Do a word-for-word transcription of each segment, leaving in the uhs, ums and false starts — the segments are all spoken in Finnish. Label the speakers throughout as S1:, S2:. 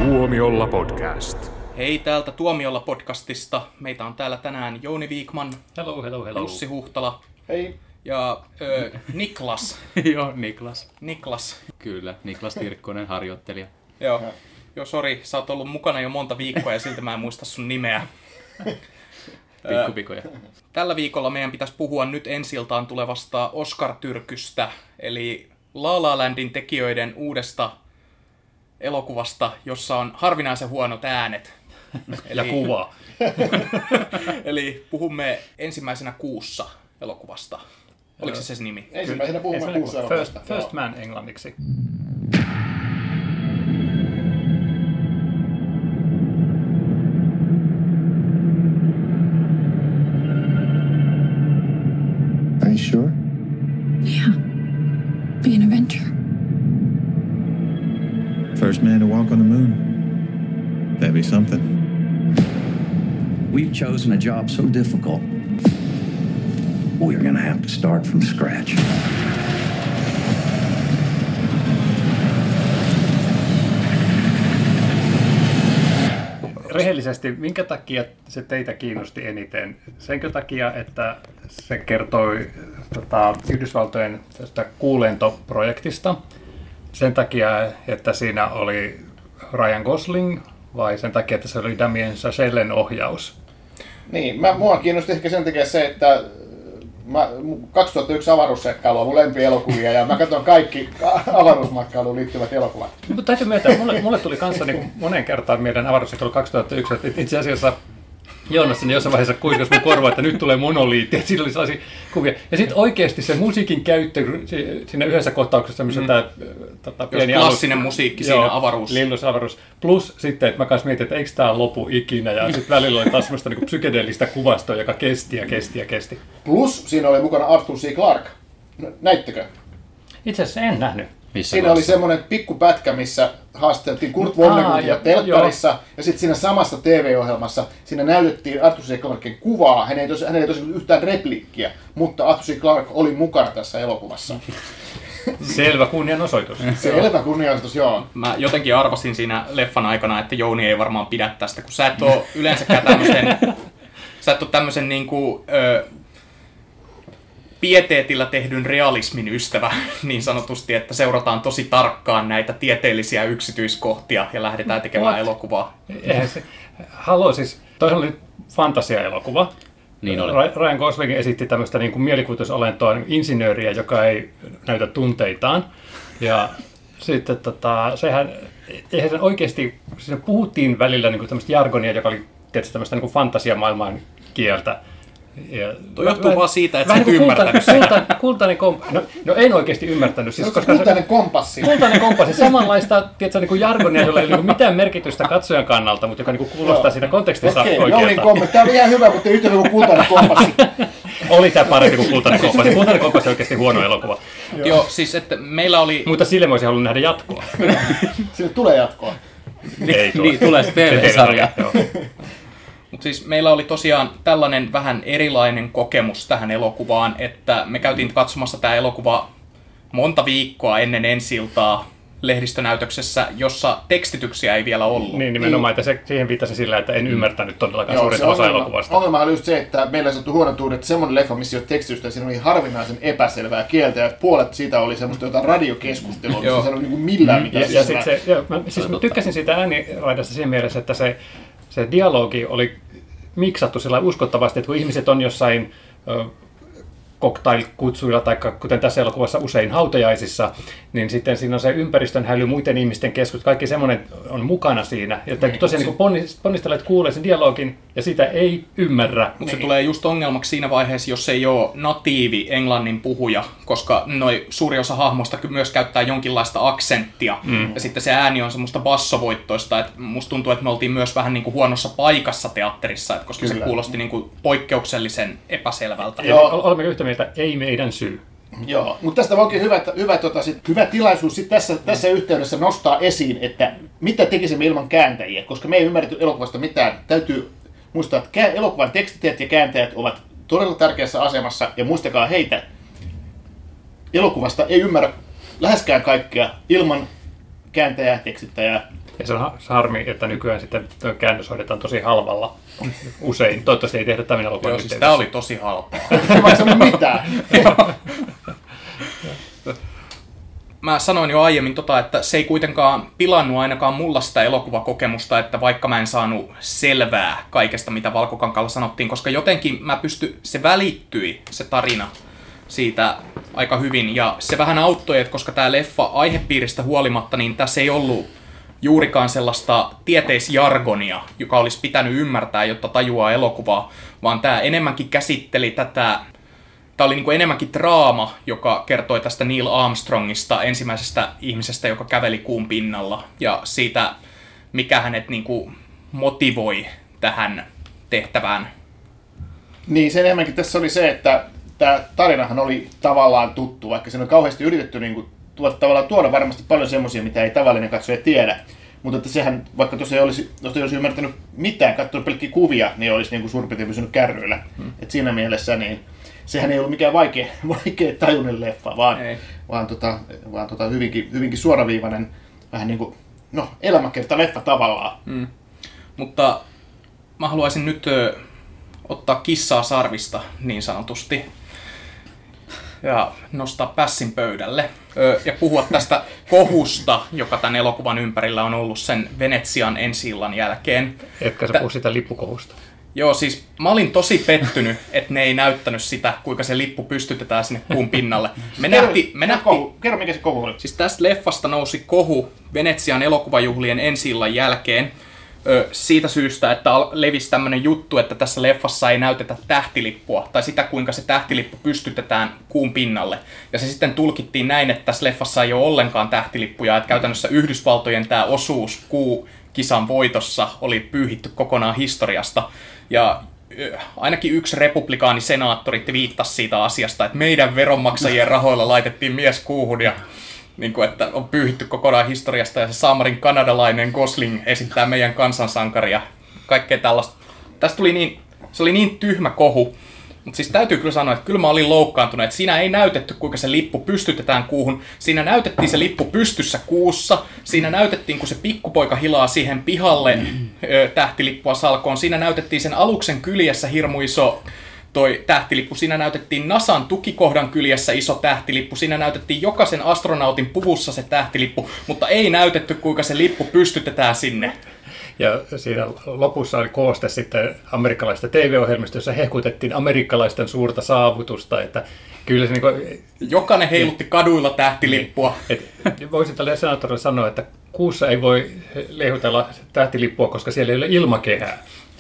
S1: Tuomiolla podcast.
S2: Hei täältä Tuomiolla podcastista. Meitä on täällä tänään Jouni Viikman,
S3: hello, hello, hello.
S2: Jussi Huhtala
S4: Hei.
S2: ja ö, Niklas.
S3: Joo, Niklas.
S2: Niklas.
S3: Kyllä, Niklas Tirkkonen, harjoittelija.
S2: Joo, Joo sori, sä oot ollut mukana jo monta viikkoa ja silti mä en muista sun nimeä.
S3: Pikkupikoja.
S2: Tällä viikolla meidän pitäisi puhua nyt ensiltaan tulevasta Oscar-tyrkystä, eli La La Landin tekijöiden uudesta elokuvasta, jossa on harvinaisen huonot äänet.
S3: Eli... Ja kuva.
S2: Eli puhumme ensimmäisenä kuussa elokuvasta. Oliko se se nimi?
S4: Ensimmäisenä puhumme kuussa
S3: elokuvasta.
S4: First,
S3: first Man englanniksi.
S5: Are you sure?
S6: Yeah. Be an Avenger.
S5: First man to walk on the moon. That'd be something.
S7: We've chosen a job so difficult, we're gonna have to start from scratch.
S3: Rehellisesti, minkä takia se teitä kiinnosti eniten? Senkö takia, että se kertoi tota, Yhdysvaltojen tästä kuulentoprojektista? Sen takia, että siinä oli Ryan Gosling, vai sen takia, että se oli Damien Chazellen ohjaus?
S4: Niin, mä, mua kiinnosti ehkä sen takia se, että mä, kaksituhattayksi avaruusseikkailu on mun lempielokuvia ja mä katson kaikki avaruusmatkailuun liittyvät elokuvat.
S3: Mutta täytyy myöntää, mulle, mulle tuli kanssa niin monen kertaan meidän avaruusseikkailu kaksituhattayksi, että itse asiassa Joonas sinne jossain vaiheessa kuiskas mun korvaa, että nyt tulee monoliitti, että siinä oli sellaisia kuvia. Ja sitten oikeasti se musiikin käyttö siinä yhdessä kohtauksessa, missä mm. tämä tota, pieni
S2: klassinen
S3: alus,
S2: musiikki siinä
S3: joo,
S2: avaruus.
S3: Lillus avaruus. Plus sitten, että mä kanssa mietin, että eikö tämä lopu ikinä. Ja sitten välillä oli taas semmoista niin psykedeellistä kuvastoa, joka kesti ja kesti ja kesti.
S4: Plus siinä oli mukana Arthur C. Clarke. Näittekö?
S3: Itse asiassa en nähnyt.
S4: Missä siinä vasta? Oli semmoinen pikkupätkä, missä haasteltiin Kurt Vonnegutia telkkarissa, jo. Ja sitten siinä samassa T V-ohjelmassa siinä näytettiin Arthur C. Clarken kuvaa. Hän ei tosi, hän ei tosi yhtään repliikkiä, mutta Arthur C. Clarke oli mukana tässä elokuvassa.
S3: Selvä kunnianosoitus.
S4: Selvä kunnianosoitus, joo.
S2: Mä jotenkin arvasin siinä leffan aikana, että Jouni ei varmaan pidä tästä, kun sä et ole yleensäkään tämmöisen, sä et ole tämmöisen niinku... Ö, pieteetillä tehdyn realismin ystävä, niin sanotusti, että seurataan tosi tarkkaan näitä tieteellisiä yksityiskohtia ja lähdetään tekemään What? elokuvaa.
S3: Eihän se, haloo siis, toihan oli fantasia-elokuva. Niin oli. Ryan Gosling esitti tämmöistä niin kuin mielikuvitusolentoa, insinööriä, joka ei näytä tunteitaan. Ja sitten tota, sehän, eihän sen oikeasti, siinä puhuttiin välillä niin kuin tämmöistä jargonia, joka oli tietysti tämmöistä niin kuin fantasiamaailman kieltä.
S2: Ja Tuo johtuu vähän, vaan siitä, että sä et
S3: niin
S2: ymmärtänyt
S3: kulta, kulta, kultainen kompassi. No, no en oikeasti ymmärtänyt. Siis,
S4: no, koska kultainen kompassi.
S3: Kultainen kompassi. Samanlaista tiedätkö, niin kuin jargonia, jolla ei ole niin mitään merkitystä katsojan kannalta, mutta joka niin kuin kuulostaa siinä kontekstissa
S4: okay,
S3: oikealta.
S4: No niin, tämä oli ihan hyvä, mutta yhtä kuin kultainen kompassi.
S3: Oli tämä parempi kuin kultainen kompassi. Kultainen kompassi on oikeasti huono elokuva.
S2: Joo, Joo siis että meillä oli...
S3: Mutta sille mä olisin halunnut nähdä jatkoa.
S4: Sille tulee jatkoa.
S3: Ei tule.
S2: Niin, tulee se T V-sarja. Mutta siis meillä oli tosiaan tällainen vähän erilainen kokemus tähän elokuvaan, että me käytiin katsomassa tämä elokuva monta viikkoa ennen ensi-iltaa lehdistönäytöksessä, jossa tekstityksiä ei vielä ollut.
S3: Niin, nimenomaan, että se, siihen viittasi sillä, että en ymmärtänyt todellakaan suurinta osa elokuvasta.
S4: Ongelma oli just se, että meillä on sattu huono tuuri, että semmoinen leffa, missä ei ole tekstitystä, siinä oli harvinaisen epäselvää kieltä, ja puolet siitä oli semmoista jotain radiokeskustelua, missä ei sanonut niin millään
S3: mm,
S4: mitään.
S3: Ja, ja sit se, ja, mä, siis mä tykkäsin siitä ääniraidasta siinä mielessä, että se Se dialogi oli miksattu sillä uskottavasti, että kun ihmiset on jossain ö, cocktail-kutsuilla tai kuten tässä elokuvassa usein hautajaisissa, niin sitten siinä on se ympäristön häly, muiden ihmisten keskus, kaikki semmoinen on mukana siinä. Ja täytyy tosiaan niin ponnistella, että kuulee sen dialogin ja sitä ei ymmärrä.
S2: Mutta se tulee just ongelmaksi siinä vaiheessa, jos ei ole natiivi englannin puhuja, koska noi suuri osa hahmoista myös käyttää jonkinlaista aksenttia. Mm. Ja sitten se ääni on semmoista bassovoittoista, että musta tuntuu, että me oltiin myös vähän niin kuin huonossa paikassa teatterissa, että koska Kyllä. se kuulosti niin kuin poikkeuksellisen epäselvältä.
S3: Joo. Olemme yhtä mieltä, ei meidän syy.
S4: Joo, mutta tästä onkin hyvä, hyvä, tota, sit, hyvä tilaisuus sit tässä, tässä yhteydessä nostaa esiin, että mitä tekisimme ilman kääntäjiä, koska me ei ymmärretty elokuvasta mitään. Täytyy muistaa, että elokuvan tekstiteet ja kääntäjät ovat todella tärkeässä asemassa, ja muistakaa heitä, elokuvasta ei ymmärrä läheskään kaikkea ilman kääntäjää, tekstittäjää
S3: Ja se on harmi, että nykyään sitten käännös hoidetaan tosi halvalla usein. Toivottavasti ei tehdä tämän elokuvan.
S2: Joo, siis tämä oli tosi halpaa.
S4: Ei maksanut mitään.
S2: Mä sanoin jo aiemmin, tota, että se ei kuitenkaan pilannut ainakaan mulla sitä elokuvakokemusta, että vaikka mä en saanut selvää kaikesta, mitä Valkokankaalla sanottiin, koska jotenkin mä pysty, se välittyi, se tarina siitä aika hyvin, ja se vähän auttoi, että koska tää leffa aihepiiristä huolimatta, niin tässä ei ollut juurikaan sellaista tieteisjargonia, joka olisi pitänyt ymmärtää, jotta tajuaa elokuvaa, vaan tää enemmänkin käsitteli tätä. Tämä oli niin kuin enemmänkin draama, joka kertoi tästä Neil Armstrongista, ensimmäisestä ihmisestä, joka käveli kuun pinnalla, ja siitä, mikä hänet niin kuin motivoi tähän tehtävään.
S4: Niin, sen enemmänkin tässä oli se, että tämä tarinahan oli tavallaan tuttu, vaikka sen on kauheasti yritetty niin kuin, tuoda, tavallaan tuoda varmasti paljon semmoisia, mitä ei tavallinen katsoja tiedä. Mutta että sehän, vaikka tosiaan ei olisi, jos ei olisi ymmärtänyt mitään, katsonut pelkkiä kuvia, niin olisi niin kuin suurin piirtein pysynyt kärryillä. Hmm. Et siinä mielessä niin sehän ei ollut mikään vaikea, vaikea tajuinen leffa, vaan, vaan, tota, vaan tota hyvinkin, hyvinkin suoraviivainen, vähän niin kuin, no, elämäkerta leffa tavallaan.
S2: Mm. Mutta mä haluaisin nyt ö, ottaa kissaa sarvista niin sanotusti ja nostaa pässin pöydälle ö, ja puhua tästä kohusta, joka tämän elokuvan ympärillä on ollut sen Venetsian ensi-illan jälkeen.
S3: Etkä sä puhu sitä lippukohusta?
S2: Joo, siis mä olin tosi pettynyt, että ne ei näyttänyt sitä, kuinka se lippu pystytetään sinne kuun pinnalle. Me
S4: kerro,
S2: nähti, me
S4: kerro,
S2: nähti,
S4: kohu. kerro, mikä se kohu oli.
S2: Siis tästä leffasta nousi kohu Venetsian elokuvajuhlien ensi-illan jälkeen ö, siitä syystä, että levisi tämmöinen juttu, että tässä leffassa ei näytetä tähtilippua, tai sitä, kuinka se tähtilippu pystytetään kuun pinnalle. Ja se sitten tulkittiin näin, että tässä leffassa ei ole ollenkaan tähtilippuja, että käytännössä Yhdysvaltojen tämä osuus kuu kisan voitossa oli pyyhitty kokonaan historiasta. Ja ainakin yksi republikaanisenaattori viittasi siitä asiasta, että meidän veronmaksajien rahoilla laitettiin mies kuuhun ja niin kuin, että on pyyhitty kokonaan historiasta ja se saamarin kanadalainen Gosling esittää meidän kansansankaria. Kaikkea tällaista. Tästä tuli niin, se oli niin tyhmä kohu. Mutta siis täytyy kyllä sanoa, että kyllä mä olin loukkaantunut, että siinä ei näytetty, kuinka se lippu pystytetään kuuhun. Siinä näytettiin se lippu pystyssä kuussa. Siinä näytettiin, kun se pikkupoika hilaa siihen pihalle ö, tähtilippua salkoon. Siinä näytettiin sen aluksen kyljessä hirmu iso toi tähtilippu. Siinä näytettiin NASAn tukikohdan kyljessä iso tähtilippu. Siinä näytettiin jokaisen astronautin puvussa se tähtilippu, mutta ei näytetty, kuinka se lippu pystytetään sinne.
S3: Ja siinä lopussa oli kooste sitten amerikkalaisista T V-ohjelmista, jossa hehkutettiin amerikkalaisten suurta saavutusta, että kyllä se niin kuin,
S2: jokainen heilutti kaduilla tähtilippua.
S3: Et, voisin tälle senaattorille sanoa, että kuussa ei voi leihutella tähtilippua, koska siellä ei ole ilmakehää.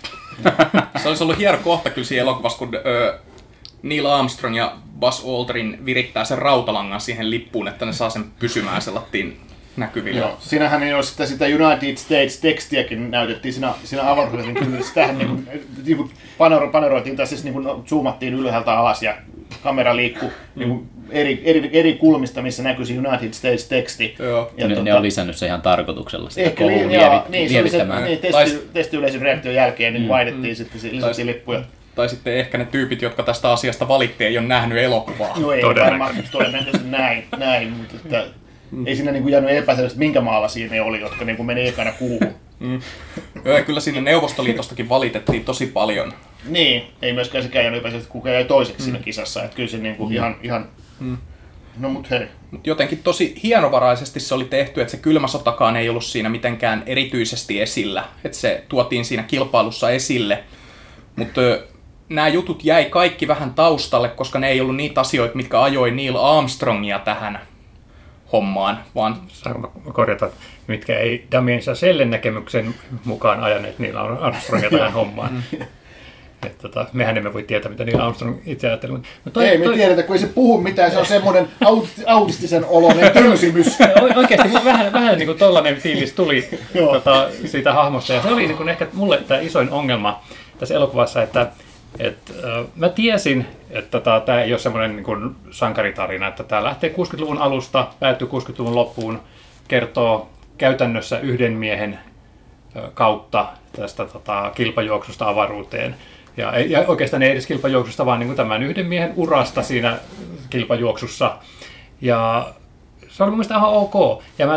S2: Se olisi ollut hieno kohta kyllä siinä elokuvassa, kun ö, Neil Armstrong ja Buzz Aldrin virittää sen rautalangan siihen lippuun, että ne saa sen pysymään sellattiin näkyvillä.
S4: Joo, siinähän ei ole sitä, sitä United States-tekstiäkin näytettiin siinä, siinä avaruusraketin kylmässä. Sitähän niin kuin, niin kuin panero, paneroitiin tai siis niin kuin zoomattiin ylhäältä alas ja kamera liikkui mm. niin kuin eri, eri, eri kulmista, missä näkyi se United States-teksti.
S8: Ja ne, tota, ne on lisännyt se ihan tarkoituksella sitä
S4: ehkä
S8: koulun
S4: li,
S8: lievit,
S4: niin,
S8: lievittämään.
S4: Niin, testi, testiyleisön reaktion jälkeen niin mm. vaihdettiin mm. sitten lisättiin lippuja.
S2: Tai sitten ehkä ne tyypit, jotka tästä asiasta valittiin, ei ole nähnyt elokuvaa.
S4: No ei varmaan todennäköisesti näin, näin, mutta että Mm. ei siinä niin kuin jäänyt epäselvästi, minkä maalla siinä oli, jotka niin kuin meni ekana kuuhun.
S2: Mm. Joo, kyllä sinne Neuvostoliitostakin valitettiin tosi paljon.
S4: Niin, ei myöskään sekään jäänyt epäselvästi, kuka jäi toiseksi mm. siinä kisassa. Että kyllä se niin kuin mm. ihan, ihan... Mm. No mut hei.
S2: Mut jotenkin tosi hienovaraisesti se oli tehty, että se kylmä sotakaan ei ollut siinä mitenkään erityisesti esillä. Että se tuotiin siinä kilpailussa esille. Mutta nämä jutut jäi kaikki vähän taustalle, koska ne ei ollut niitä asioita, mitkä ajoi Neil Armstrongia tähän hommaan, vaan...
S3: Saanko korjata, mitkä ei Damien Chazellen näkemyksen mukaan ajaneet Neil Armstrongia tähän hommaan. Et, tota, mehän emme voi tietää, mitä Neil Armstrong itse ajatteli.
S4: Toi, ei me toi... tiedetä, kun ei se puhu mitään, se on semmoinen autistisen oloinen tylsimys.
S3: Oikeasti vähän, vähän niin kuin tollainen fiilis tuli tota, siitä hahmosta. Ja se oli niin kuin ehkä mulle tämä isoin ongelma tässä elokuvassa, että Et, äh, mä tiesin, että tämä ei ole semmoinen niin kuin sankaritarina, että tämä lähtee kuusikymmentäluvun alusta, päättyy kuusikymmentäluvun loppuun, kertoo käytännössä yhden miehen äh, kautta tästä tota, kilpajuoksusta avaruuteen. Ja, ja oikeastaan ei edes kilpajuoksusta, vaan niin kuin tämän yhden miehen urasta siinä kilpajuoksussa. Ja se oli mun mielestä ihan ok. Ja mä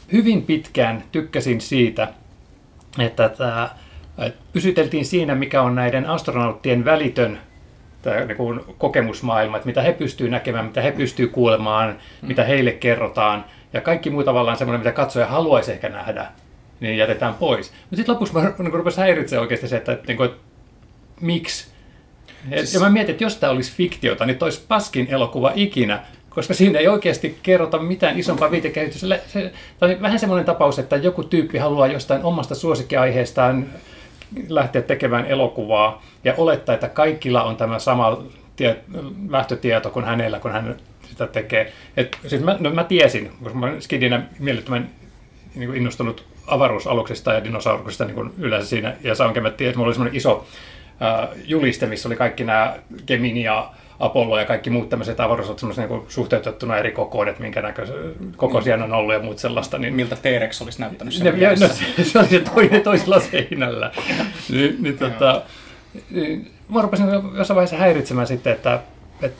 S3: hyvin pitkään tykkäsin siitä, että tämä, että pysyteltiin siinä, mikä on näiden astronauttien välitön tämä niin kuin kokemusmaailma, että mitä he pystyvät näkemään, mitä he pystyvät kuulemaan, mm. mitä heille kerrotaan, ja kaikki muu tavallaan semmoinen, mitä katsoja haluaisi ehkä nähdä, niin jätetään pois. Mutta sitten lopussa mä niin rupesin häiritsemään oikeasti se, että, että, että, että miksi. Siis... Ja mä mietin, että jos tämä olisi fiktiota, niin toi olisi paskin elokuva ikinä, koska siinä ei oikeasti kerrota mitään isompaa viitekehitystä. Se, tämä on vähän semmoinen tapaus, että joku tyyppi haluaa jostain omasta suosikkiaiheestaan lähteä tekemään elokuvaa ja olettaa, että kaikilla on tämä sama tie, lähtötieto kuin hänellä, kun hän sitä tekee. Et, siis mä, no, mä tiesin, koska mä olen skidinä mielettömän niin kuin innostunut avaruusaluksista ja dinosauruksista niin kuin yleensä siinä, ja saankin mä tiesin, että mulla oli semmoinen iso äh, juliste, missä oli kaikki nämä Gemini ja Apollo ja kaikki muut tämmöiset avaruusalukset semmoisen niin suhteutettuna eri kokoiset, minkä näköisiä kokoisia on ollut ja muut sellaista. Niin...
S2: Miltä T-Rex olisi näyttänyt sen
S3: ne, ja, no, se, se oli se toinen toisella seinällä. niin, niin, tota, niin, mä rupesin jossain vaiheessa häiritsemään sitten, että, että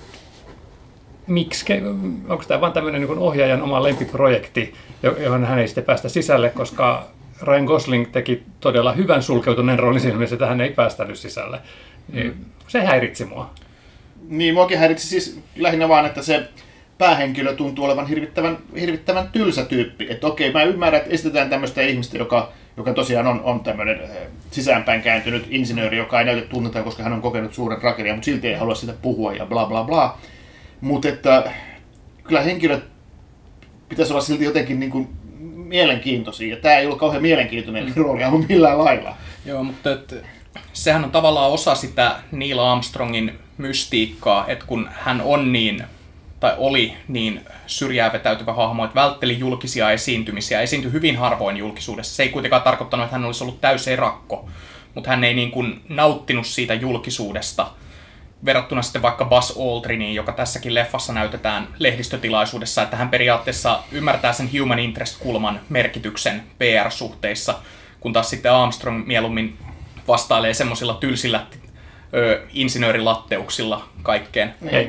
S3: miksi, onko tämä vaan tämmöinen niin kuin ohjaajan oma lempiprojekti, johon hän ei sitten päästä sisälle, koska Ryan Gosling teki todella hyvän sulkeutuneen roolin siinä mielessä, että hän ei päästänyt sisälle. Niin, mm. Se häiritsi mua.
S4: Niin, muakin häiritsi siis lähinnä vaan, että se päähenkilö tuntuu olevan hirvittävän, hirvittävän tylsä tyyppi. Että okei, mä ymmärrän, että esitetään tämmöistä ihmistä, joka, joka tosiaan on, on tämmöinen sisäänpäin kääntynyt insinööri, joka ei näytä tunneta, koska hän on kokenut suuren tragedian, mutta silti ei halua sitä puhua ja bla bla bla. Mutta että kyllä henkilöt pitäisi olla silti jotenkin niin kuin mielenkiintoisia. Ja tämä ei ollut kauhean mielenkiintoinen rooli aivan millään lailla.
S2: Joo, mutta et, sehän on tavallaan osa sitä Neil Armstrongin mystiikkaa, että kun hän on niin, tai oli niin syrjään vetäytyvä hahmo, että vältteli julkisia esiintymisiä, esiintyi hyvin harvoin julkisuudessa. Se ei kuitenkaan tarkoittanut, että hän olisi ollut täysi erakko, mutta hän ei niin kuin nauttinut siitä julkisuudesta. Verrattuna sitten vaikka Buzz Aldriniin, joka tässäkin leffassa näytetään lehdistötilaisuudessa, että hän periaatteessa ymmärtää sen human interest-kulman merkityksen P R-suhteissa, kun taas sitten Armstrong mieluummin vastailee semmoisilla tylsillä ö, insinöörilatteuksilla kaikkeen.
S3: Hei.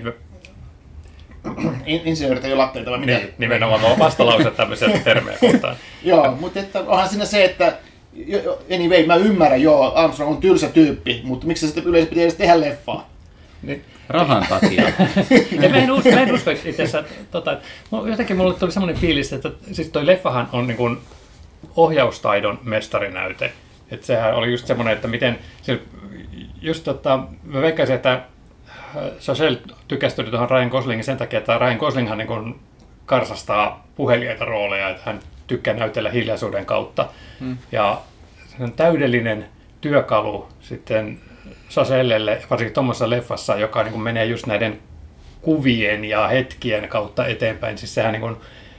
S4: In- insinöörit ei ole latteita vai mitä?
S3: Niin, nimenomaan on vastalause tämmöisiä termejä kohtaan.
S4: Joo, mutta että onhan siinä se, että anyway, mä ymmärrän, joo, Armstrong on tylsä tyyppi, mutta miksi se sitten yleensä pitää edes tehdä leffaa?
S3: Niin.
S8: Rahan takia.
S3: Ja mä en usko, mä en usko itse asiassa, tota, jotenkin mulle tuli semmoinen fiilis, että siis toi leffahan on niin kuin ohjaustaidon mestarinäyte. Että sehän oli just semmoinen, että miten, just tota, mä veikkaisin, että Chazelle tykästyi tuohon Ryan Goslingin sen takia, että Ryan Goslinghan niin kuin karsastaa puheliaita rooleja, että hän tykkää näytellä hiljaisuuden kautta. Hmm. Ja se on täydellinen työkalu sitten Chazellelle, varsinkin tuommoisessa leffassa, joka niin kuin menee just näiden kuvien ja hetkien kautta eteenpäin. Siis sehän niin kuin,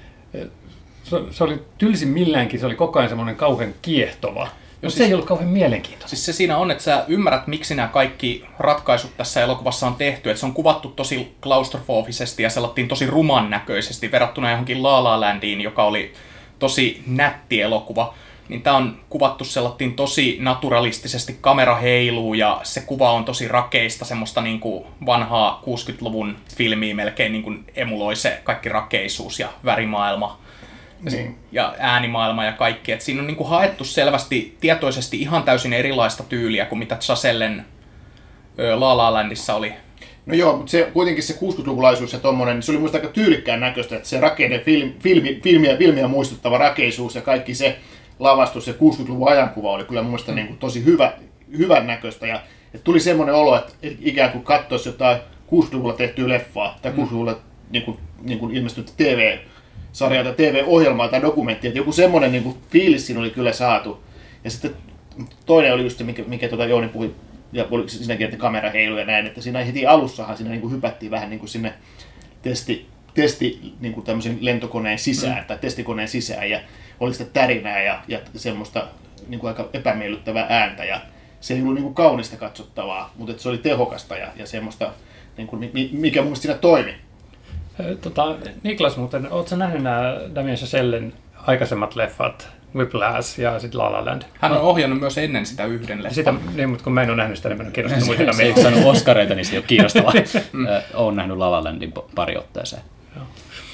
S3: se oli tylsin milläänkin, se oli koko ajan semmoinen kauhean kiehtova. Mutta siis, se ei ollut kauhean mielenkiintoista.
S2: Siis se siinä on, että sä ymmärrät, miksi nämä kaikki ratkaisut tässä elokuvassa on tehty. Että se on kuvattu tosi klaustrofobisesti ja sellattiin tosi ruman näköisesti verrattuna johonkin La La Landiin, joka oli tosi nätti elokuva. Niin tää on kuvattu sellattiin tosi naturalistisesti, kamera heiluu ja se kuva on tosi rakeista, semmoista niin kuin vanhaa kuusikymmentäluvun filmiä melkein niin kuin emuloi se kaikki rakeisuus ja värimaailma. Niin. Ja äänimaailma ja kaikki. Et siinä on niinku haettu selvästi tietoisesti ihan täysin erilaista tyyliä kuin mitä Chazellen La La Landissa oli.
S4: No joo, mutta se, kuitenkin se kuusikymmentälukulaisuus ja tommonen, niin se oli musta aika tyylikkään näköistä, että se rakeiden film, filmi, filmiä, filmiä muistuttava rakeisuus ja kaikki se lavastus ja kuusikymmentäluvun ajankuva oli kyllä mun mielestä mm. niin tosi hyvä, hyvän näköistä. Ja että tuli semmoinen olo, että ikään kuin katsoisi jotain kuusikymmentäluvulla tehtyä leffaa tai kuusikymmentäluvulla niin kuin, niin kuin ilmestynyt T V sarjaa tai T V-ohjelmaa tai dokumenttia, että joku semmoinen niin kuin fiilis siinä oli kyllä saatu. Ja sitten toinen oli just se, mikä, mikä tuota Jouni puhui, ja oli siinäkin, että kamera heilui ja näin, että siinä heti alussahan siinä niin kuin hypättiin vähän niin kuin sinne testi, testi niin kuin tämmöisen lentokoneen sisään, mm. tai testikoneen sisään, ja oli sitä tärinää ja, ja semmoista niin kuin aika epämiellyttävää ääntä, ja se ei ollut niin kuin kaunista katsottavaa, mutta se oli tehokasta ja, ja semmoista, niin kuin, mikä mun mielestä siinä toimi.
S3: Tota, Niklas, muuten, ootko nähnyt nämä Damien Chazellen aikaisemmat leffat, Whiplash ja sitten La La Land?
S2: Hän on ohjannut myös ennen sitä yhden leffan.
S3: Sitä, niin, mutta kun mä en ole nähnyt sitä, niin mä en ole kiinnostunut muita.
S8: Se ei ole saanut Oscareita, niin se ei ole kiinnostava. Olen nähnyt La La Landin pari otteeseen.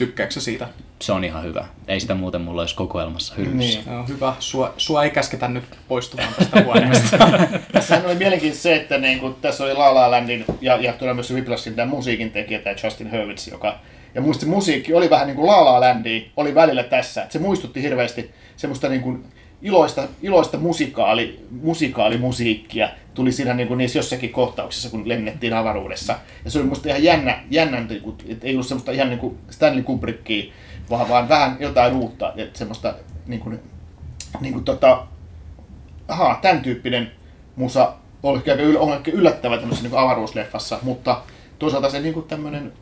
S2: Tykkääksä siitä?
S8: Se on ihan hyvä. Ei sitä muuten mulla olisi kokoelmassa hyllyssä.
S2: Niin. No, hyvä. Sua, sua ei käsketä nyt poistumaan tästä huoneesta.
S4: Tässähän oli mielenkiintoista se, että niin kuin, tässä oli La La Landin ja, ja tuli myös Whiplashin tämä musiikin tekijä, tämä Justin Hurwitz, joka... Ja muista musiikki oli vähän niin kuin La La Landia, oli välillä tässä. Se muistutti hirveästi semmoista niin kuin iloista, iloista musikaali, musikaalimusiikkia. Tuli siinä niin kuin niissä jossakin kohtauksissa, kun lennettiin avaruudessa. Ja se oli musta ihan jännä, jännä että ei ollut semmoista ihan niin kuin Stanley Kubrickia, vaan, vaan vähän jotain uutta. Että semmoista niin kuin, niin kuin tota, aha, tämän tyyppinen musa on ehkä yllättävä tämmöisessä niin kuin avaruusleffassa, mutta toisaalta se niin kuin tämmöinen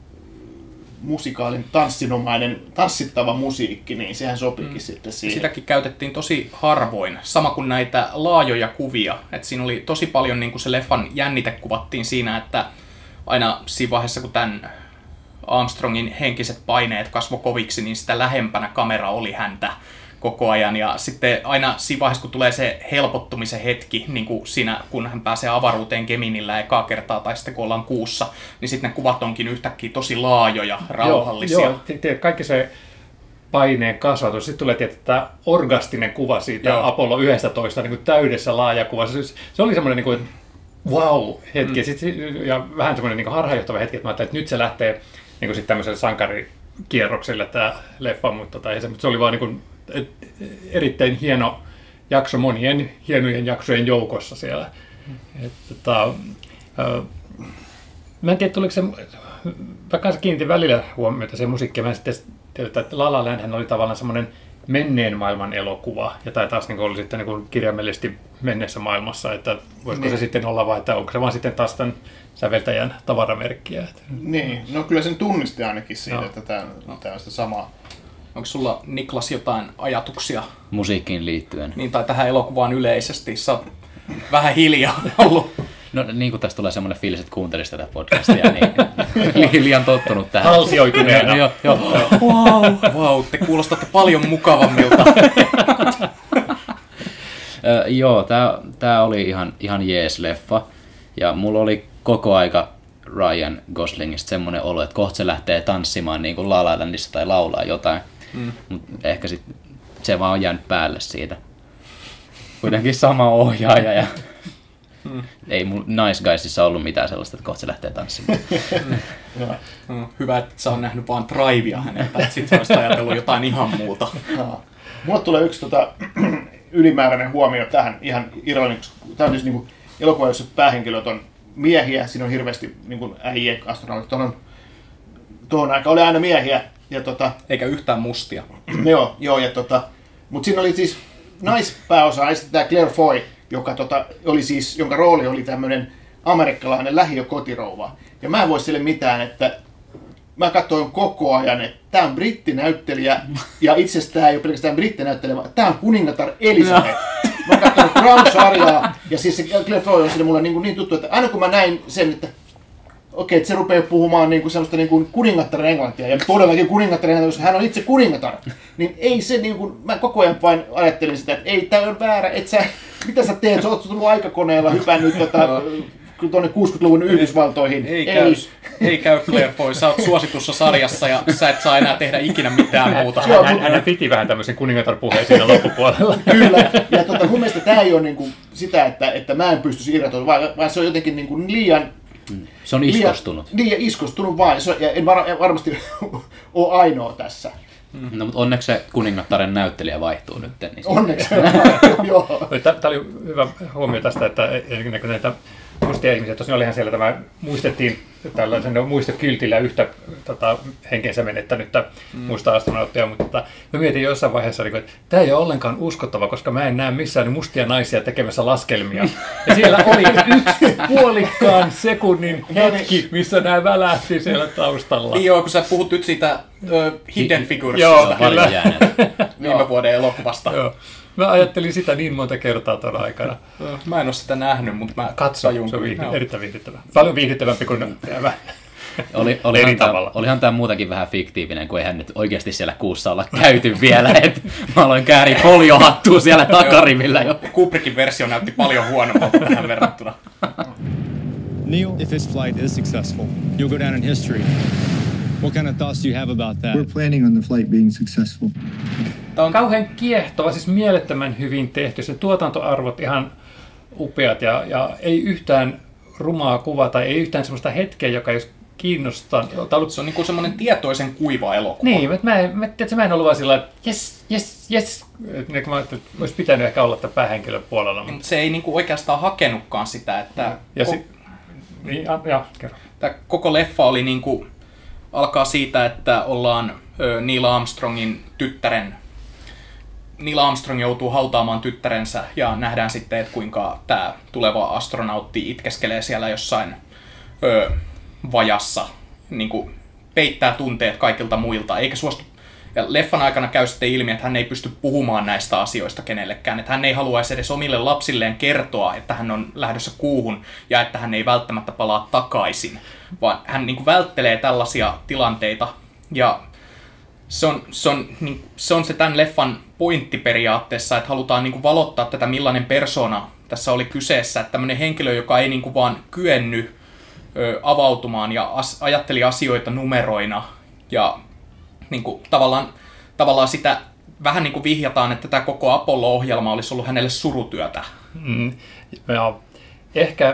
S4: musikaalin, tanssinomainen, tanssittava musiikki, niin sehän sopiikin mm. sitten siihen.
S2: Sitäkin käytettiin tosi harvoin, sama kuin näitä laajoja kuvia. Et siinä oli tosi paljon niin kuin se leffan jännite kuvattiin siinä, että aina siinä vaiheessa, kun tämän Armstrongin henkiset paineet kasvoi koviksi, niin sitä lähempänä kamera oli häntä koko ajan. Ja sitten aina siinä vaiheessa, kun tulee se helpottumisen hetki, niin kuin siinä, kun hän pääsee avaruuteen Geminillä ekaa kertaa, tai sitten kun ollaan kuussa, niin sitten ne kuvat onkin yhtäkkiä tosi laajoja, rauhallisia.
S3: Joo, joo, kaikki se paineen kasvatus. Sitten tulee tietysti tämä orgastinen kuva siitä joo. Apollo yksitoista niin kuin täydessä laajakuvassa. Se, se oli semmoinen niin kuin, wow-hetki. Mm. Sitten, ja vähän semmoinen niin kuin harhaanjohtava hetki, että mä ajattelin, että nyt se lähtee niin kuin sitten tämmöiselle sankarikierrokselle tämä leffa, mutta tai se, mutta se oli vaan niin kuin, et, erittäin hieno jakso monien hienojen jaksojen joukossa siellä. Et, tota, äh, mä en tiedä, tuliko se, vaikka se kiinnitin välillä huomiota se musiikki, mä sitten tiedän, että La La Landhän oli tavallaan semmoinen menneen maailman elokuva, ja tai taas niin oli sitten niin kirjaimellisesti menneessä maailmassa, että voisiko niin. se sitten olla vai, että onko se vaan sitten taas tämän säveltäjän tavaramerkkiä. Että...
S4: Niin, no kyllä sen tunnisti ainakin siitä, no. että tämä, tämä on sitä samaa.
S2: Onko sulla, Niklas, jotain ajatuksia?
S8: Musiikkiin liittyen.
S2: Niin, tai tähän elokuvaan yleisesti. Sä oot vähän hiljaa ollut.
S8: No niin kuin tästä tulee semmoinen fiilis, että kuuntelisit tätä podcastia, niin liian tottunut tähän.
S3: Halsioituneena.
S8: Joo, joo.
S2: Wow, wow, te kuulostatte paljon mukavammilta.
S8: Joo, tää, tää oli ihan, ihan jees leffa. Ja mulla oli koko aika Ryan Goslingista semmoinen olo, että kohta se lähtee tanssimaan niin kuin La La Landissa tai laulaa jotain. Mm. Mutta ehkä sit se vaan on jäänyt päälle siitä. Kuitenkin sama ohjaaja ja mm. ei mun Nice Guysissa ollut mitään sellaista, että kohta se lähtee tanssimaan.
S2: mm. Hyvä, että sä oot nähnyt vaan Drivea häneltä, että sit sä olisit ajatellut jotain ihan muuta.
S4: Mulle tulee yksi tota, ylimääräinen huomio tähän ihan irrallinen. Tämä on siis niin elokuva, jossa päähenkilöt on miehiä, siinä on hirveästi niin äijä, astronautit, tuohon tuohon aikaan oli aina miehiä. Ja tota,
S2: eikä yhtään mustia.
S4: joo, joo ja tota, mutta siinä oli siis naispääosa, esitetään Claire Foy, joka tota, oli siis, jonka rooli oli tämmöinen amerikkalainen lähiökotirouva. Ja mä en voi sille mitään, että mä katsoin koko ajan, että tää on brittinäyttelijä, ja itse asiassa tää ei ole pelkästään brittinäyttelijä, vaan tää on kuningatar Elisabeth. Mä oon katsonut Crown-sarjaa, ja siis se Claire Foy on sille mulle niin, niin tuttu, että aina kun mä näin sen, että okei, että se rupeaa puhumaan niin kuin semmoista niin kuin kuningattaren englantia, ja todellakin kuningattaren englantia, koska hän on itse kuningatar, niin ei se niin kuin, mä koko ajan vain ajattelin sitä, että ei, tää on väärä, että sä, mitä sä teet, sä oot tullut aikakoneella, hypännyt tota, tuonne kuusikymmentäluvun Yhdysvaltoihin.
S2: Ei, ei, käy, ei käy Claire Foy, sä oot suositussa sarjassa ja sä et saa enää tehdä ikinä mitään muuta.
S3: Hän, hän, hän piti vähän tämmöisen kuningatarpuheen siinä loppupuolella.
S4: Kyllä, ja tota, mun mielestä tää ei ole niin kuin sitä, että, että mä en pystyisi irrotumaan, vaan, vaan se on jotenkin niin kuin liian...
S8: Se on iskostunut.
S4: Liian, liian iskostunut vaan, se on, ja en var, varmasti ole ainoa tässä.
S8: No, mutta onneksi se kuningattaren näyttelijä vaihtuu nyt. Niin
S4: onneksi, joo.
S3: Tämä oli hyvä huomio tästä, että näitä mustia ihmisiä, tosiaan olihan siellä tämä, muistettiin tällaisen muistokyltillä yhtä tota, henkensä menettänyttä mm. muista astronauttia, mutta mä mietin jossain vaiheessa, että tämä ei ole ollenkaan uskottava, koska mä en näe missään mustia naisia tekemässä laskelmia. Ja siellä oli yksi puolikkaan sekunnin hetki, missä nämä välähti siellä taustalla.
S2: Niin joo, kun sä puhut nyt siitä uh, Hidden Figuresista.
S3: Joo, kyllä.
S2: Viime vuoden elokuvasta.
S3: Joo. Mä ajattelin sitä niin monta kertaa tuon aikana.
S2: Mä en ole sitä nähnyt, mutta mä
S3: katso, se on viihdy, erittäin viihdyttävä. Paljon viihdyttävämpi kuin mä.
S8: Oli, olihan, tämä, olihan tämä muutenkin vähän fiktiivinen, kun eihän nyt oikeasti siellä kuussa olla käyty vielä. Et mä aloin kääri foliohattua siellä takarivillä jo.
S2: Kubrickin versio näytti paljon huonommalta tähän verrattuna.
S9: Neil, if this flight is successful, you'll go down in history What kind of thoughts do you have about that?
S5: We're planning on the flight being successful.
S3: Tämä on kauhean kiehtova, siis mielettömän hyvin tehty. Se tuotantoarvot ihan upeat ja, ja ei yhtään rumaa kuvaa tai ei yhtään sellaista hetkeä, joka ei kiinnostaa.
S2: Se on niin kuin semmoinen tietoisen kuiva elokuva.
S3: Niin, mä en, mä, tiedätkö, mä en ollut vaan sillä että jes, jes, jes. Niin kuin mä ajattelin, että olisi pitänyt ehkä olla tämän päähenkilön puolella.
S2: Mutta se ei niin kuin oikeastaan hakenutkaan sitä, että
S3: ja
S2: ko-
S3: si- niin, ja, ja, kerro.
S2: Tämä koko leffa oli niin kuin, alkaa siitä, että ollaan ö, Neil Armstrongin tyttären Neil Armstrong joutuu hautaamaan tyttärensä ja nähdään sitten, että kuinka tämä tuleva astronautti itkeskelee siellä jossain ö, vajassa, niin kuin peittää tunteet kaikilta muilta, eikä suostu. Ja leffan aikana käy sitten ilmi, että hän ei pysty puhumaan näistä asioista kenellekään, että hän ei haluaisi edes omille lapsilleen kertoa, että hän on lähdössä kuuhun ja että hän ei välttämättä palaa takaisin, vaan hän niin kuin välttelee tällaisia tilanteita ja Se on, se, on, niin, se on se tämän leffan pointti periaatteessa, että halutaan niin kuin valottaa tätä, millainen persona tässä oli kyseessä. Että tämmöinen henkilö, joka ei niin kuin vaan kyennyt ö, avautumaan ja as, ajatteli asioita numeroina. Ja niin kuin, tavallaan, tavallaan sitä vähän niin kuin vihjataan, että tämä koko Apollo-ohjelma olisi ollut hänelle surutyötä.
S3: Mm, ja ehkä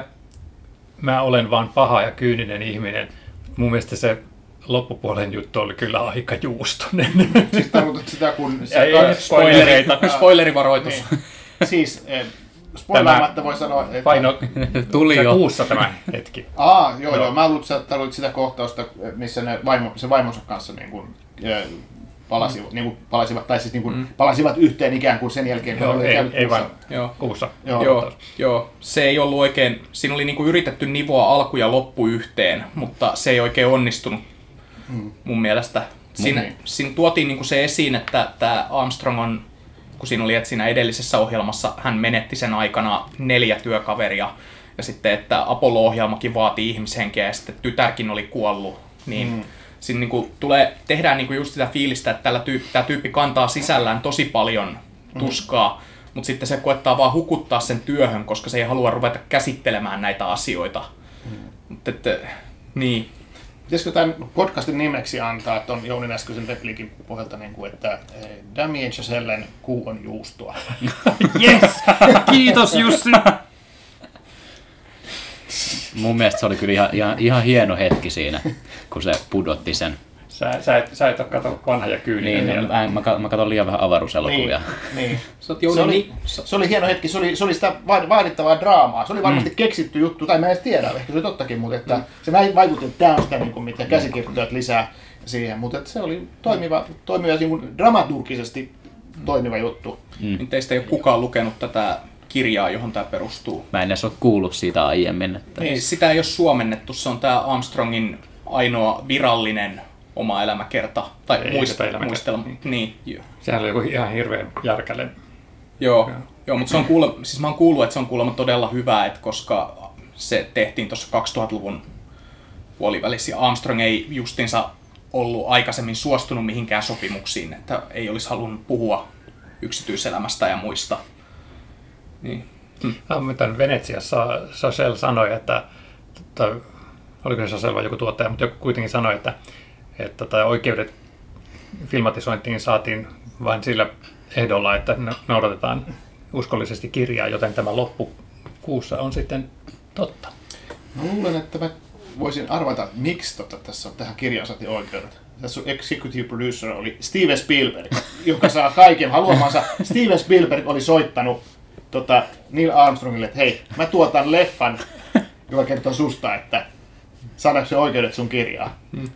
S3: mä olen vaan paha ja kyyninen ihminen. Mun mielestä se loppupuolen juttu oli kyllä aika juustonen.
S4: Siis tarkoitat sitä, kun...
S3: Se ei, spoilereita.
S2: Spoilerivaroitus.
S4: Niin. Siis, eh, spoilaamatta voi sanoa, että...
S3: Paino
S8: tuli jo.
S3: kuussa tämä hetki.
S4: Aa, joo, no. joo. Mä luulen, että sä tarvitsit sitä kohtausta, missä ne vaimo, se vaimonsa kanssa niin kuin, eh, palasivat, niin kuin palasivat, tai siis niin kuin, mm. palasivat yhteen ikään kuin sen jälkeen, kun
S3: joo,
S4: oli
S3: ei,
S4: käynyt
S3: ei
S4: kuussa.
S3: vain
S2: joo.
S3: kuussa.
S2: Joo, joo, joo, se ei ollut oikein... Siinä oli niin kuin yritetty nivoa alku ja loppu yhteen, mutta se ei oikein onnistunut. Hmm. Mun mielestä. Siinä,
S4: niin.
S2: siinä tuotiin niinku se esiin, että tämä Armstrong on, kun siinä oli, että siinä edellisessä ohjelmassa hän menetti sen aikana neljä työkaveria, ja sitten, että Apollo-ohjelmakin vaatii ihmishenkeä, ja sitten tytärkin oli kuollut, niin hmm. siinä niinku tulee, tehdään niinku just sitä fiilistä, että tällä tyyppi, tämä tyyppi kantaa sisällään tosi paljon tuskaa, hmm. mutta sitten se koettaa vaan hukuttaa sen työhön, koska se ei halua ruveta käsittelemään näitä asioita. Hmm. Mutta että, niin...
S4: Pitäisikö tämän podcastin nimeksi antaa tuon Jounin äskeisen repliikin pohjalta, niin kuin, että Damien Chazellen kuu on juustoa?
S3: Yes! Kiitos Jussi!
S8: Mun mielestä se oli kyllä ihan, ihan, ihan hieno hetki siinä, kun se pudotti sen.
S3: Sä, sä, et, sä et ole kato vanha ja kyyninen.
S8: Niin, mä, mä, mä katson liian vähän avaruuselokuvia.
S4: Niin, niin.
S2: Se,
S4: se, oli, se oli hieno hetki, se oli, se oli sitä vaadittavaa draamaa. Se oli varmasti mm. keksitty juttu, tai mä en edes tiedä, ehkä se oli tottakin, mutta että mm. se vaikutti, että tämä on sitä, niin kuin, mitä käsikirjoittajat lisää siihen. Mutta että se oli toimiva, toimiva niin kuin dramaturgisesti toimiva juttu.
S2: Mm. Teistä ei ole kukaan lukenut tätä kirjaa, johon tämä perustuu.
S8: Mä en edes ole kuullut siitä aiemmin. Että...
S2: Niin, sitä ei ole suomennettu, se on tämä Armstrongin ainoa virallinen oma elämäkerta, tai muist- muistelma. Niin, joo.
S3: Sehän oli joku ihan hirveän järkälle.
S2: Joo, joo, mutta se on kuule, siis mä oon kuullut, että se on kuulemma todella hyvä, että koska se tehtiin tuossa kaksituhattaluvun puolivälissä, ja Armstrong ei justinsa ollut aikaisemmin suostunut mihinkään sopimuksiin, että ei olisi halunnut puhua yksityiselämästä ja muista. Niin. Hm.
S3: Tämän Venetsiassa Chazelle sanoi, että, tai oliko se Chazelle vai joku tuottaja, mutta joku kuitenkin sanoi, että että tai oikeudet filmatisointiin saatiin vain sillä ehdolla, että noudatetaan uskollisesti kirjaa, joten tämä loppu kuussa on sitten totta.
S4: Mä luulen, että mä voisin arvata, miksi tota, tässä on tähän kirjaan saatiin oikeudet. Tässä on executive producer oli Steven Spielberg, joka saa kaiken haluamansa. Steven Spielberg oli soittanut tota, Neil Armstrongille, että hei, mä tuotan leffan, joka kertoo susta, että saadaanko se oikeudet sun kirjaan. Hmm.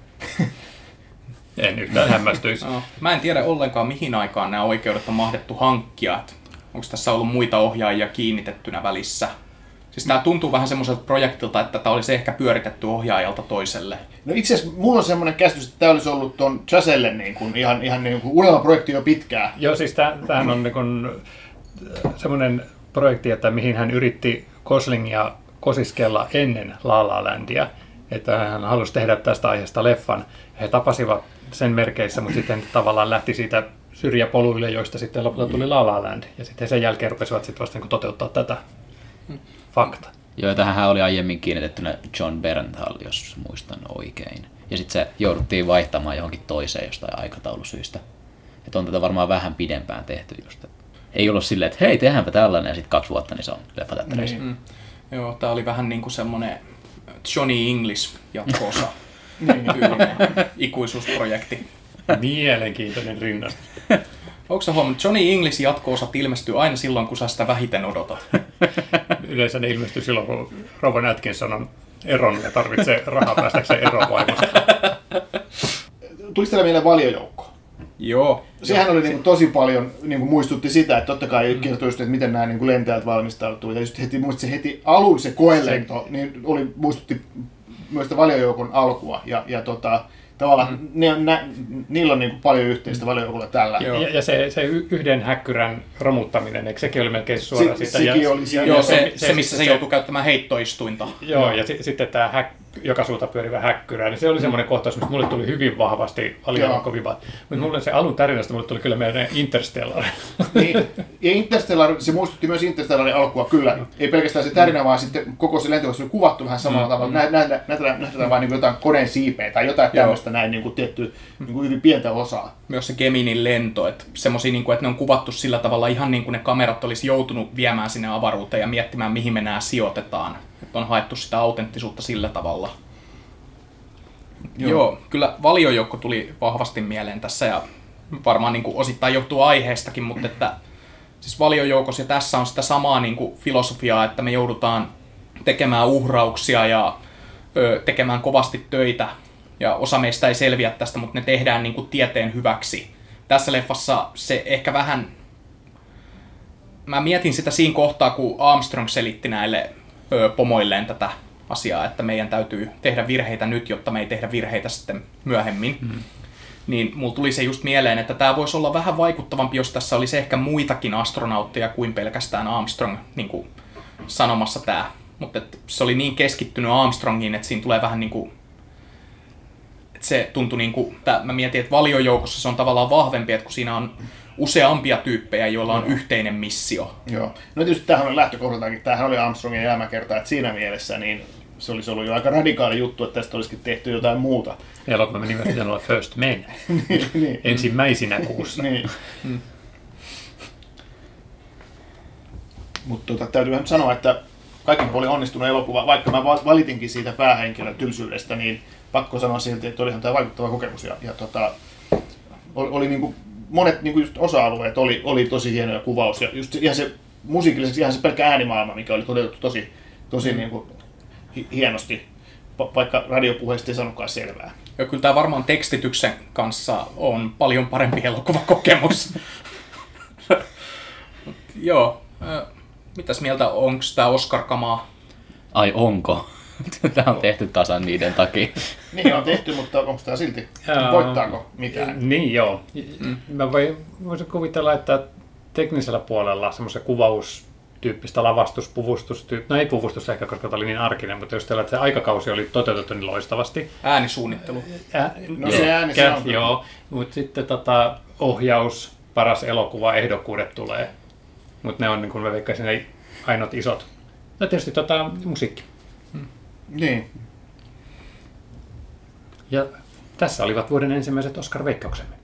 S3: En yhtään hämmästyisi.
S2: No, mä en tiedä ollenkaan, mihin aikaan nämä oikeudet on mahdettu hankkia. Onko tässä ollut muita ohjaajia kiinnitettynä välissä? Siis tää tuntuu vähän semmoiselta projektilta, että tämä olisi ehkä pyöritetty ohjaajalta toiselle.
S4: No itse asiassa mulla on semmoinen käsitys, että tämä olisi ollut tuon Chazellen niin kuin, ihan, ihan niin kuin unelmaprojekti jo pitkään.
S3: Joo, siis tämähän on niin kuin semmoinen projekti, että mihin hän yritti Goslingia kosiskella ennen La La Landia. Että hän halusi tehdä tästä aiheesta leffan. He tapasivat sen merkeissä, mutta sitten tavallaan lähti siitä syrjäpoluille, joista sitten lopulta tuli La La Land. Ja sitten sen jälkeen rupesivat sitten vasta toteuttaa tätä fakta.
S8: Joo, tähän oli aiemmin kiinnitettynä John Bernthal, jos muistan oikein. ja sitten se jouduttiin vaihtamaan johonkin toiseen jostain aikataulusyistä. Että on tätä varmaan vähän pidempään tehty just. Ei ollut silleen, että hei, tehdäänpä tällainen, ja sitten kaksi vuotta, niin se on leffateatterissa.
S2: Mm. Joo, tää oli vähän niin kuin semmoinen Johnny English jatko-osa. Tyylinen ikuisuusprojekti.
S3: Mielenkiintoinen rinnastus.
S2: Onko sä huomannut, Johnny English jatko-osat ilmestyy aina silloin, kun sä sitä vähiten odotat?
S3: Yleensä ne ilmestyy silloin, kun Rowan Atkinson on eronnut ja tarvitsee rahaa päästäkseen eroon vaimosta.
S4: Tuliko teillä mieleen Valiojoukko?
S2: Joo.
S4: Sehän
S2: jo.
S4: oli niin kuin tosi paljon, niin kuin muistutti sitä, että totta kai mm. kertoi just, että miten nämä niin kuin lentäjät valmistautuu. Ja just heti, muistin, se heti alun se koelento, niin oli, muistutti myös sitä Valiojoukon alkua. Ja, ja tota, tavallaan mm. ne, nä, niillä on niin kuin paljon yhteistä Valiojoukolla tällä.
S3: Ja, ja se, se yhden häkkyrän romuttaminen, eikö sekin oli melkein suoraan
S4: se,
S3: siitä?
S4: Sekin
S3: ja,
S4: oli siellä.
S2: Joo, se, se, se missä se, se joutuu käyttämään heittoistuinta.
S3: Joo, joo. Ja s- sitten tämä häk, joka suunta pyörivä häkkyrä, niin se oli semmoinen kohtaus, mistä mulle tuli hyvin vahvasti Valiojoukko-vibat. Mutta mulle se alun tarinasta mulle tuli kyllä meidän Interstellar.
S4: Niin. Ja Interstellar, se muistutti myös Interstellarin alkua kyllä. Ei pelkästään se tarina, vaan sitten koko se lentokohdassa oli kuvattu vähän samalla mm. tavalla. Nä, nä, nähdään, nähdään vain niin jotain koneen siipeä tai jotain tämmöistä näin niin kuin tietty, niin kuin hyvin pientä osaa.
S2: Myös se Geminin lento, että semmosia, niin kuin, että ne on kuvattu sillä tavalla ihan niin kuin ne kamerat olisi joutunut viemään sinne avaruuteen ja miettimään, mihin me nämä sijoitetaan. Että on haettu sitä autenttisuutta sillä tavalla. Joo, Joo kyllä Valiojoukko tuli vahvasti mieleen tässä ja varmaan niin kuin osittain johtuu aiheestakin, mutta että siis Valiojoukossa ja tässä on sitä samaa niin kuin filosofiaa, että me joudutaan tekemään uhrauksia ja ö, tekemään kovasti töitä ja osa meistä ei selviä tästä, mutta ne tehdään niin kuin tieteen hyväksi. Tässä leffassa se ehkä vähän, mä mietin sitä siinä kohtaa, kun Armstrong selitti näille ö, pomoilleen tätä asiaa, että meidän täytyy tehdä virheitä nyt, jotta me ei tehdä virheitä sitten myöhemmin. Mm. Niin mulla tuli se just mieleen, että tämä voisi olla vähän vaikuttavampi, jos tässä olisi ehkä muitakin astronautteja kuin pelkästään Armstrong niin kuin sanomassa tämä. Mutta se oli niin keskittynyt Armstrongiin, että siinä tulee vähän niin kuin, että se tuntui niin kuin, että mä mietin, että Valiojoukossa se on tavallaan vahvempi, että kun siinä on useampia tyyppejä, joilla on yhteinen missio.
S4: Joo. No tietysti tämähän oli lähtökohdaltaankin, tämähän oli Armstrongin elämäkerta, että siinä mielessä niin se olisi ollut jo aika radikaali juttu, että tästä olisikin tehty jotain muuta.
S3: Elokuva nimen pitäisi olla First Men.
S4: niin, niin.
S3: Ensimmäisinä kuussa.
S4: niin. mm. Mutta tota, täytyy sanoa, että kaikin puolin onnistunut elokuva, vaikka mä valitinkin siitä päähenkilön tylsyydestä, niin pakko sanoa silti, että olihan tämä vaikuttava kokemus. Ja, ja tota, oli, oli niinku, monet niinku just osa-alueet oli, oli tosi hienoja kuvaus. Ja just ihan se musiikillisesti, ihan se pelkkä äänimaailma, mikä oli toteutettu tosi, tosi mm. niinku, hienosti, vaikka radiopuheista ei sanonutkaan selvää.
S2: Ja kyllä tämä varmaan tekstityksen kanssa on paljon parempi elokuvakokemus. Joo. Mitäs mieltä, onko tämä Oscar-kamaa?
S8: Ai onko? Tämä on tehty tasan niiden takia.
S4: Niin on tehty, mutta onko tämä silti? Voittaako mitään?
S3: Niin joo. Mm. Mä voisin kuvitella, että teknisellä puolella semmoisen kuvaustyyppistä lavastus, puvustustyyppistä, no ei puvustus ehkä, koska tämä oli niin arkinen, mutta jos teillä, että se aikakausi oli toteutettu niin loistavasti.
S2: Äänisuunnittelu.
S4: Ä, no joo, se ääni se on.
S3: Joo, mutta sitten tota, ohjaus, paras elokuva, ehdokkuudet tulee. Mutta ne on, niin kuin mä veikkaisin, ne ainoat isot. No tietysti tota, musiikki.
S4: Hmm. Niin.
S3: Ja tässä olivat vuoden ensimmäiset Oscar-veikkauksemme.